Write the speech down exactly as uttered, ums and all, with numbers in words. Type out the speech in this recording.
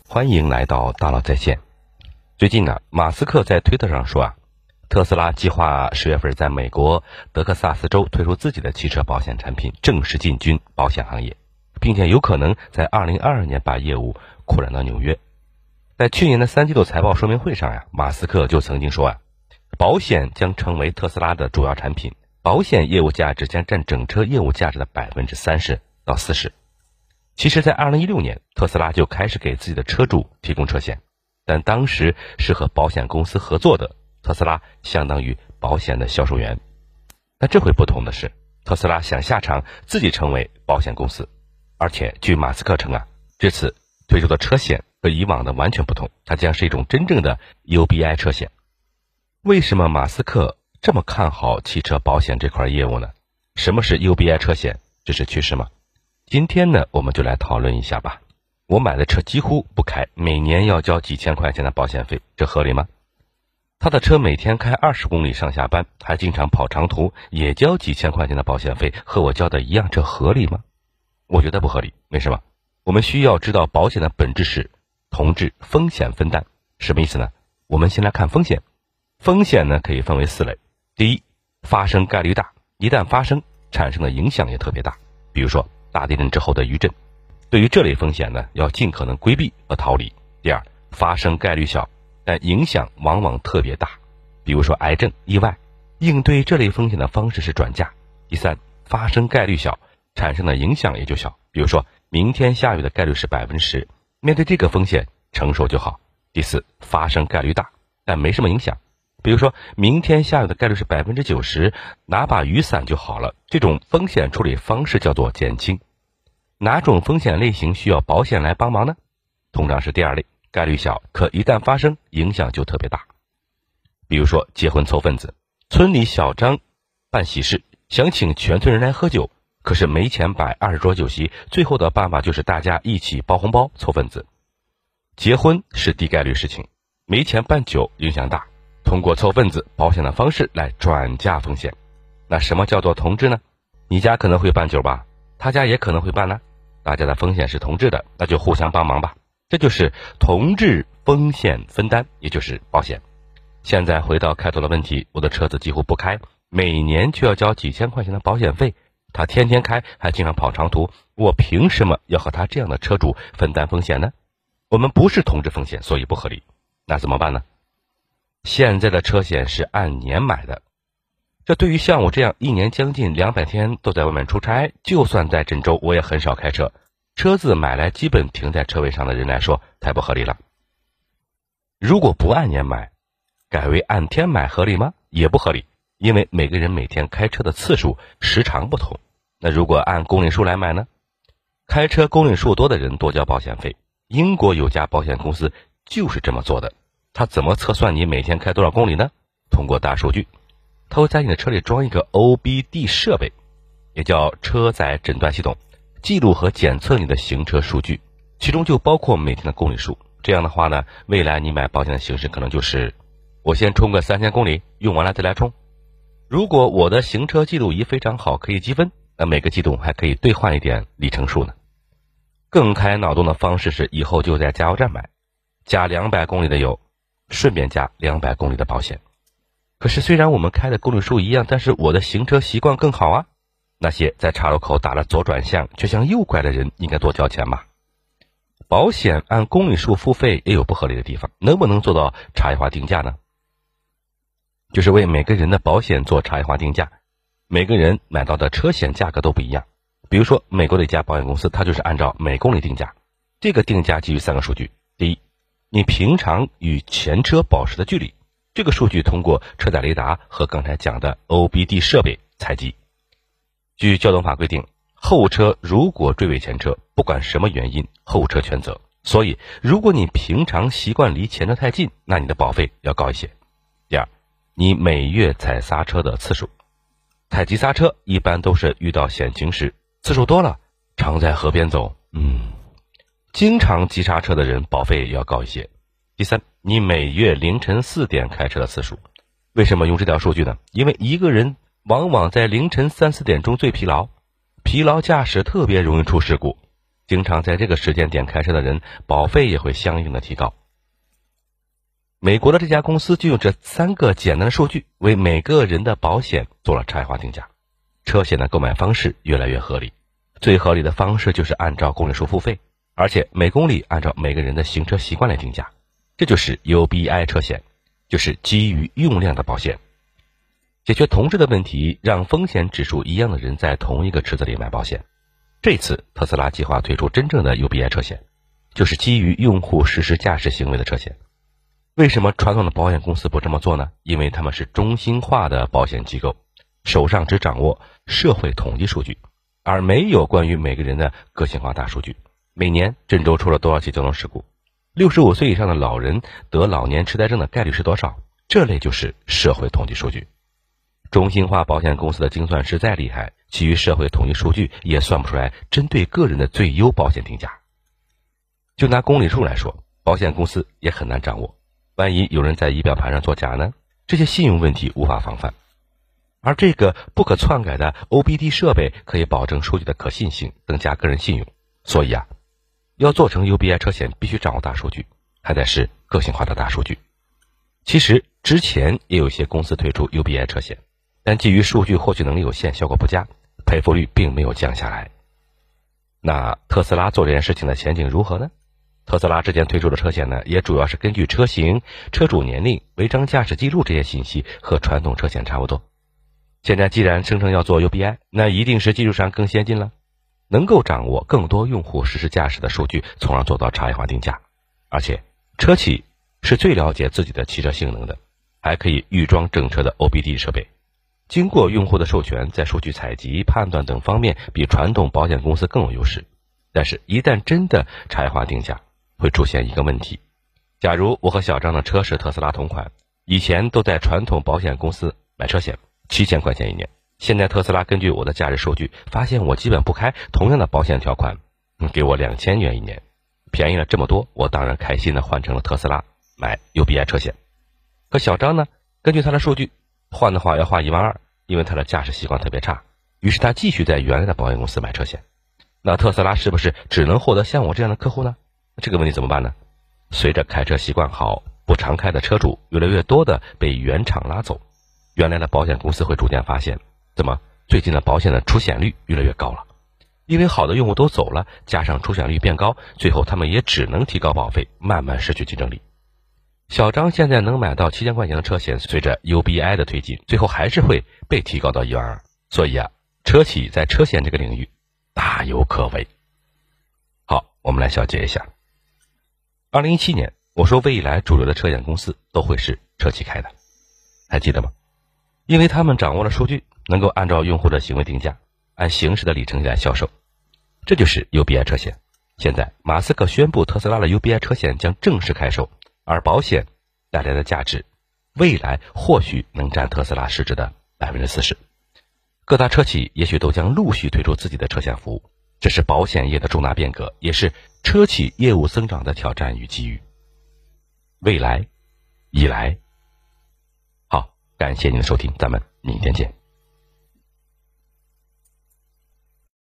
欢迎来到大佬在线。最近啊，马斯克在推特上说啊，特斯拉计划十月份在美国德克萨斯州推出自己的汽车保险产品，正式进军保险行业，并且有可能在二零二二年把业务扩展到纽约。在去年的三季度财报说明会上呀、啊，马斯克就曾经说啊，保险将成为特斯拉的主要产品，保险业务价值将占整车业务价值的百分之三十到四十。其实在二零一六年，特斯拉就开始给自己的车主提供车险，但当时是和保险公司合作的，特斯拉相当于保险的销售员。但这回不同的是，特斯拉想下场自己成为保险公司，而且据马斯克称啊，这次推出的车险和以往的完全不同，它将是一种真正的 U B I 车险。为什么马斯克这么看好汽车保险这块业务呢？什么是 U B I 车险？这是趋势吗？今天呢，我们就来讨论一下吧。我买的车几乎不开，每年要交几千块钱的保险费，这合理吗？他的车每天开二十公里上下班，还经常跑长途，也交几千块钱的保险费，和我交的一样，这合理吗？我觉得不合理。为什么？我们需要知道保险的本质是同质风险分担。什么意思呢？我们先来看风险。风险呢可以分为四类。第一，发生概率大，一旦发生，产生的影响也特别大。比如说大地震之后的余震，对于这类风险呢，要尽可能规避和逃离。第二，发生概率小，但影响往往特别大，比如说癌症、意外，应对这类风险的方式是转嫁。第三，发生概率小，产生的影响也就小，比如说明天下雨的概率是百分之十，面对这个风险承受就好。第四，发生概率大，但没什么影响，比如说明天下雨的概率是百分之九十，拿把雨伞就好了，这种风险处理方式叫做减轻。哪种风险类型需要保险来帮忙呢？通常是第二类，概率小，可一旦发生，影响就特别大。比如说结婚凑份子，村里小张办喜事，想请全村人来喝酒，可是没钱摆二十桌酒席，最后的办法就是大家一起包红包凑份子。结婚是低概率事情，没钱办酒影响大，通过凑份子保险的方式来转嫁风险。那什么叫做同质呢？你家可能会办酒吧，他家也可能会办呢，大家的风险是同质的，那就互相帮忙吧，这就是同质风险分担，也就是保险。现在回到开头的问题，我的车子几乎不开，每年就要交几千块钱的保险费，他天天开，还经常跑长途，我凭什么要和他这样的车主分担风险呢？我们不是同质风险，所以不合理。那怎么办呢？现在的车险是按年买的，这对于像我这样一年将近两百天都在外面出差，就算在郑州我也很少开车，车子买来基本停在车位上的人来说，太不合理了。如果不按年买，改为按天买合理吗？也不合理，因为每个人每天开车的次数时长不同。那如果按公里数来买呢？开车公里数多的人多交保险费，英国有家保险公司就是这么做的。它怎么测算你每天开多少公里呢？通过大数据，它会在你的车里装一个 O B D 设备，也叫车载诊断系统，记录和检测你的行车数据，其中就包括每天的公里数。这样的话呢，未来你买保险的形式可能就是我先充个三千公里，用完了再来充。如果我的行车记录仪非常好，可以积分，那每个季度还可以兑换一点里程数呢。更开脑洞的方式是以后就在加油站买，加两百公里的油，顺便加两百公里的保险。可是虽然我们开的公里数一样，但是我的行车习惯更好啊。那些在岔路口打了左转向却向右拐的人应该多交钱嘛？保险按公里数付费也有不合理的地方，能不能做到差异化定价呢？就是为每个人的保险做差异化定价，每个人买到的车险价格都不一样。比如说美国的一家保险公司，它就是按照每公里定价，这个定价基于三个数据。第一，你平常与前车保持的距离，这个数据通过车载雷达和刚才讲的 O B D 设备采集。据交通法规定，后车如果追尾前车，不管什么原因，后车全责。所以如果你平常习惯离前车太近，那你的保费要高一些。第二，你每月踩刹车的次数，采集刹车一般都是遇到险情时，次数多了，常在河边走，嗯，经常急刹车的人保费也要高一些。第三，你每月凌晨四点开车的次数。为什么用这条数据呢？因为一个人往往在凌晨三四点钟最疲劳，疲劳驾驶特别容易出事故。 经常在这个时间点开车的人，保费也会相应的提高。美国的这家公司就用这三个简单的数据为每个人的保险做了差异化定价。车险的购买方式越来越合理，最合理的方式就是按照公里数付费，而且每公里按照每个人的行车习惯来定价。这就是 U B I 车险，就是基于用量的保险，解决同质的问题，让风险指数一样的人在同一个池子里买保险。这次特斯拉计划推出真正的 U B I 车险，就是基于用户实时驾驶行为的车险。为什么传统的保险公司不这么做呢？因为他们是中心化的保险机构，手上只掌握社会统计数据，而没有关于每个人的个性化大数据。每年郑州出了多少起交通事故？六十五岁以上的老人得老年痴呆症的概率是多少？这类就是社会统计数据。中心化保险公司的精算师再厉害，基于社会统计数据也算不出来针对个人的最优保险定价。就拿公里数来说，保险公司也很难掌握。万一有人在仪表盘上作假呢？这些信用问题无法防范。而这个不可篡改的 O B D 设备可以保证数据的可信性，增加个人信用。所以啊，要做成 U B I 车险必须掌握大数据，还得是个性化的大数据。其实之前也有一些公司推出 U B I 车险，但基于数据获取能力有限，效果不佳，赔付率并没有降下来。那特斯拉做这件事情的前景如何呢？特斯拉之前推出的车险呢，也主要是根据车型、车主年龄、违章驾驶记录这些信息，和传统车险差不多。现在既然声称要做 U B I， 那一定是技术上更先进了，能够掌握更多用户实时驾驶的数据，从而做到差异化定价。而且车企是最了解自己的汽车性能的，还可以预装整车的 O B D 设备，经过用户的授权，在数据采集、判断等方面比传统保险公司更有优势。但是一旦真的差异化定价，会出现一个问题。假如我和小张的车是特斯拉同款，以前都在传统保险公司买车险，七千块钱一年，现在特斯拉根据我的驾驶数据发现我基本不开同样的保险条款，给我两千元一年，便宜了这么多，我当然开心的换成了特斯拉买 U B I 车险。可小张呢，根据他的数据换的话要花一万二，因为他的驾驶习惯特别差，于是他继续在原来的保险公司买车险。那特斯拉是不是只能获得像我这样的客户呢？这个问题怎么办呢？随着开车习惯好、不常开的车主越来越多的被原厂拉走，原来的保险公司会逐渐发现，怎么最近的保险的出险率越来越高了？因为好的用户都走了，加上出险率变高，最后他们也只能提高保费，慢慢失去竞争力。小张现在能买到七千块钱的车险，随着 U B I 的推进，最后还是会被提高到一万二。所以啊，车企在车险这个领域大有可为。好，我们来小结一下。二零一七年，我说未来主流的车险公司都会是车企开的，还记得吗？因为他们掌握了数据，能够按照用户的行为定价，按行驶的里程来销售，这就是 U B I 车险。现在马斯克宣布特斯拉的 U B I 车险将正式开售，而保险带来的价值，未来或许能占特斯拉市值的 百分之四十。 各大车企也许都将陆续推出自己的车险服务，这是保险业的重大变革，也是车企业务增长的挑战与机遇。未来已来。好，感谢您的收听，咱们明天见。